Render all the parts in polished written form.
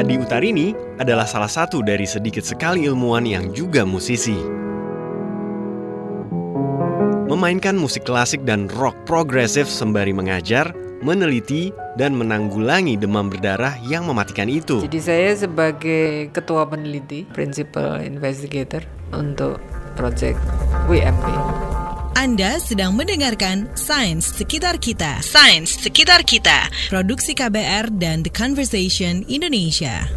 Adi Utarini adalah salah satu dari sedikit sekali ilmuwan yang juga musisi. Memainkan musik klasik dan rock progresif sembari mengajar, meneliti, dan menanggulangi demam berdarah yang mematikan itu. Jadi saya sebagai ketua peneliti, principal investigator untuk proyek WMP. Anda sedang mendengarkan Sains Sekitar Kita. Sains Sekitar Kita. Produksi KBR dan The Conversation Indonesia.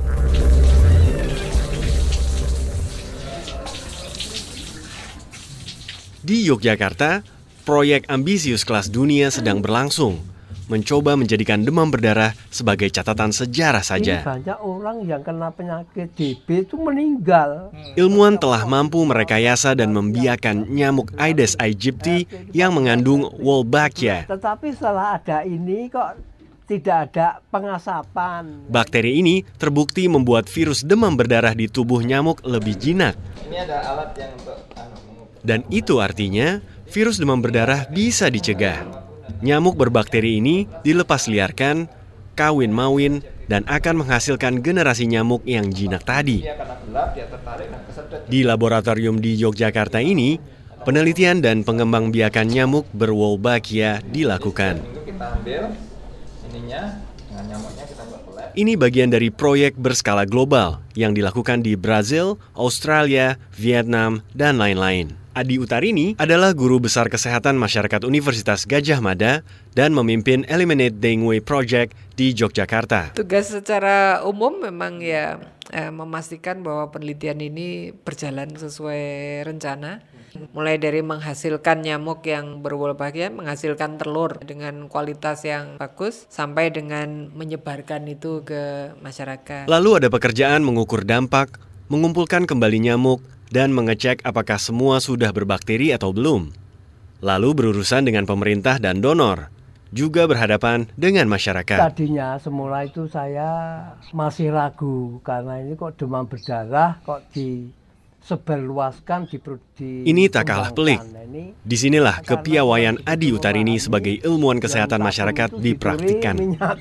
Di Yogyakarta, proyek ambisius kelas dunia sedang berlangsung, mencoba menjadikan demam berdarah sebagai catatan sejarah saja. Banyak orang yang kena penyakit DB itu meninggal. Ilmuwan telah mampu merekayasa dan membiarkan nyamuk Aedes aegypti yang mengandung Wolbachia. Tetapi setelah ada ini kok tidak ada pengasapan. Bakteri ini terbukti membuat virus demam berdarah di tubuh nyamuk lebih jinak. Ini ada alat yang untuk Dan itu artinya virus demam berdarah bisa dicegah. Nyamuk berbakteri ini dilepas liarkan, kawin mawin, dan akan menghasilkan generasi nyamuk yang jinak tadi. Di laboratorium di Yogyakarta ini, penelitian dan pengembangbiakan nyamuk berwolbachia dilakukan. kita ambil ininya dengan nyamuknya kita buat lab. Ini bagian dari proyek berskala global yang dilakukan di Brazil, Australia, Vietnam, dan lain-lain. Adi Utarini adalah guru besar kesehatan masyarakat Universitas Gadjah Mada dan memimpin Eliminate Dengue Project di Yogyakarta. Tugas secara umum memang ya memastikan bahwa penelitian ini berjalan sesuai rencana. Mulai dari menghasilkan nyamuk yang berwolbachia, menghasilkan telur dengan kualitas yang bagus, sampai dengan menyebarkan itu ke masyarakat. Lalu ada pekerjaan mengukur dampak, mengumpulkan kembali nyamuk, dan mengecek apakah semua sudah berbakteri atau belum. Lalu berurusan dengan pemerintah dan donor, juga berhadapan dengan masyarakat. Tadinya semula itu saya masih ragu karena ini kok demam berdarah kok disebarluaskan di Ini tak kalah pelik. Disinilah kepiawaian Adi Utarini sebagai ilmuwan kesehatan masyarakat dipraktikkan.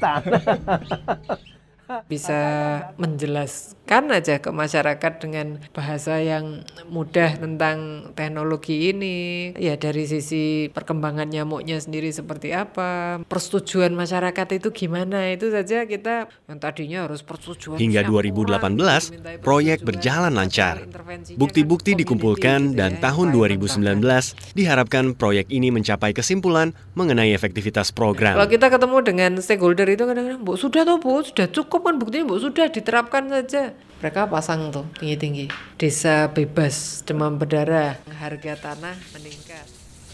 Bisa menjelaskan aja ke masyarakat dengan bahasa yang mudah tentang teknologi ini. Ya dari sisi perkembangan nyamuknya sendiri seperti apa, persetujuan masyarakat itu gimana, itu saja kita yang tadinya harus persetujuan. Hingga 2018, proyek berjalan lancar. Bukti-bukti dikumpulkan dan tahun 2019 diharapkan proyek ini mencapai kesimpulan mengenai efektivitas program. Kalau kita ketemu dengan stakeholder itu kadang-kadang, Bu, sudah toh Bu, sudah cukup kan buktinya Bu, sudah diterapkan saja. Mereka pasang tuh tinggi-tinggi. Desa bebas demam berdarah, harga tanah meningkat.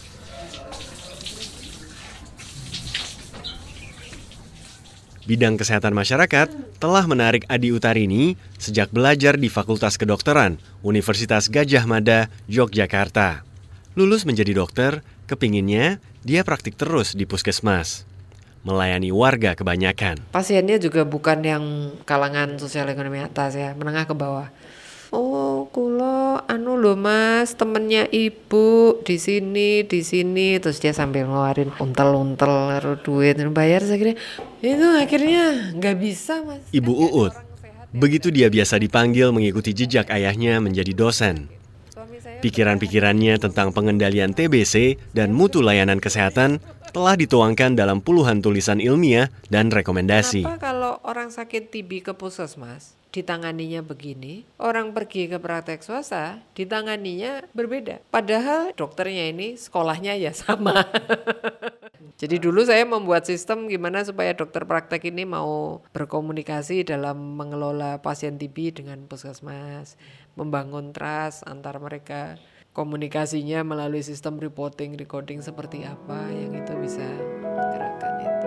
Bidang kesehatan masyarakat telah menarik Adi Utarini sejak belajar di Fakultas Kedokteran Universitas Gadjah Mada, Yogyakarta. Lulus menjadi dokter, kepinginnya dia praktik terus di puskesmas, melayani warga kebanyakan. Pasiennya juga bukan yang kalangan sosial ekonomi atas ya, menengah ke bawah. Oh, kula lho Mas, temennya ibu di sini, terus dia sambil ngeluarin untel-untel duit bayar, saya kira itu akhirnya nggak bisa Mas. Ibu Uut, begitu dia biasa dipanggil mengikuti jejak ayahnya menjadi dosen. Pikiran-pikirannya tentang pengendalian TBC dan mutu layanan kesehatan telah dituangkan dalam puluhan tulisan ilmiah dan rekomendasi. Kenapa kalau orang sakit TB ke puskesmas ditanganinya begini, orang pergi ke praktek swasta ditanganinya berbeda. Padahal dokternya ini sekolahnya ya sama. Jadi dulu saya membuat sistem gimana supaya dokter praktek ini mau berkomunikasi dalam mengelola pasien TB dengan puskesmas, membangun trust antar mereka. Komunikasinya melalui sistem reporting, recording seperti apa yang itu bisa gerakan itu.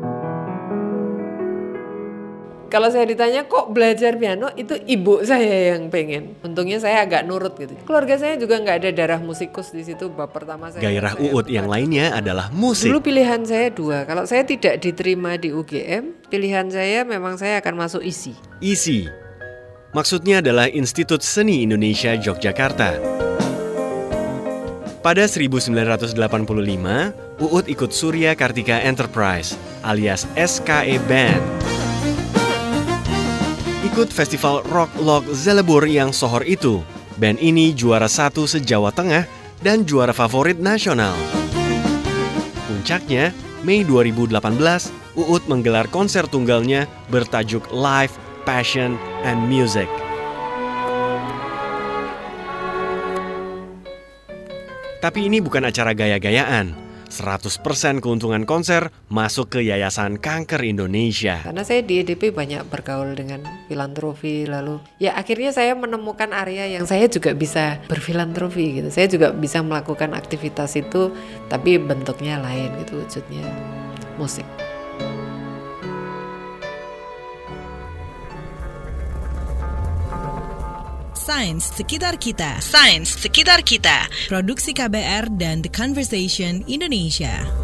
Kalau saya ditanya kok belajar piano, itu ibu saya yang pengen. Untungnya saya agak nurut gitu. Keluarga saya juga nggak ada darah musikus di situ. Bab pertama saya. Gairah Uut yang lainnya adalah musik. Dulu pilihan saya dua. Kalau saya tidak diterima di UGM, pilihan saya memang saya akan masuk ISI. ISI, maksudnya adalah Institut Seni Indonesia Yogyakarta. Pada 1985, Uut ikut Surya Kartika Enterprise alias SKE Band. Ikut festival Rock Lok Zelebur yang sohor itu, band ini juara 1 se-Jawa Tengah dan juara favorit nasional. Puncaknya, Mei 2018, Uut menggelar konser tunggalnya bertajuk Life, Passion, and Music. Tapi ini bukan acara gaya-gayaan. 100% keuntungan konser masuk ke Yayasan Kanker Indonesia. Karena saya di EDP banyak bergaul dengan filantropi, lalu ya akhirnya saya menemukan area yang saya juga bisa berfilantropi gitu. Saya juga bisa melakukan aktivitas itu, tapi bentuknya lain gitu, wujudnya musik. Sains Sekitar Kita. Sains Sekitar Kita. Produksi KBR dan The Conversation Indonesia.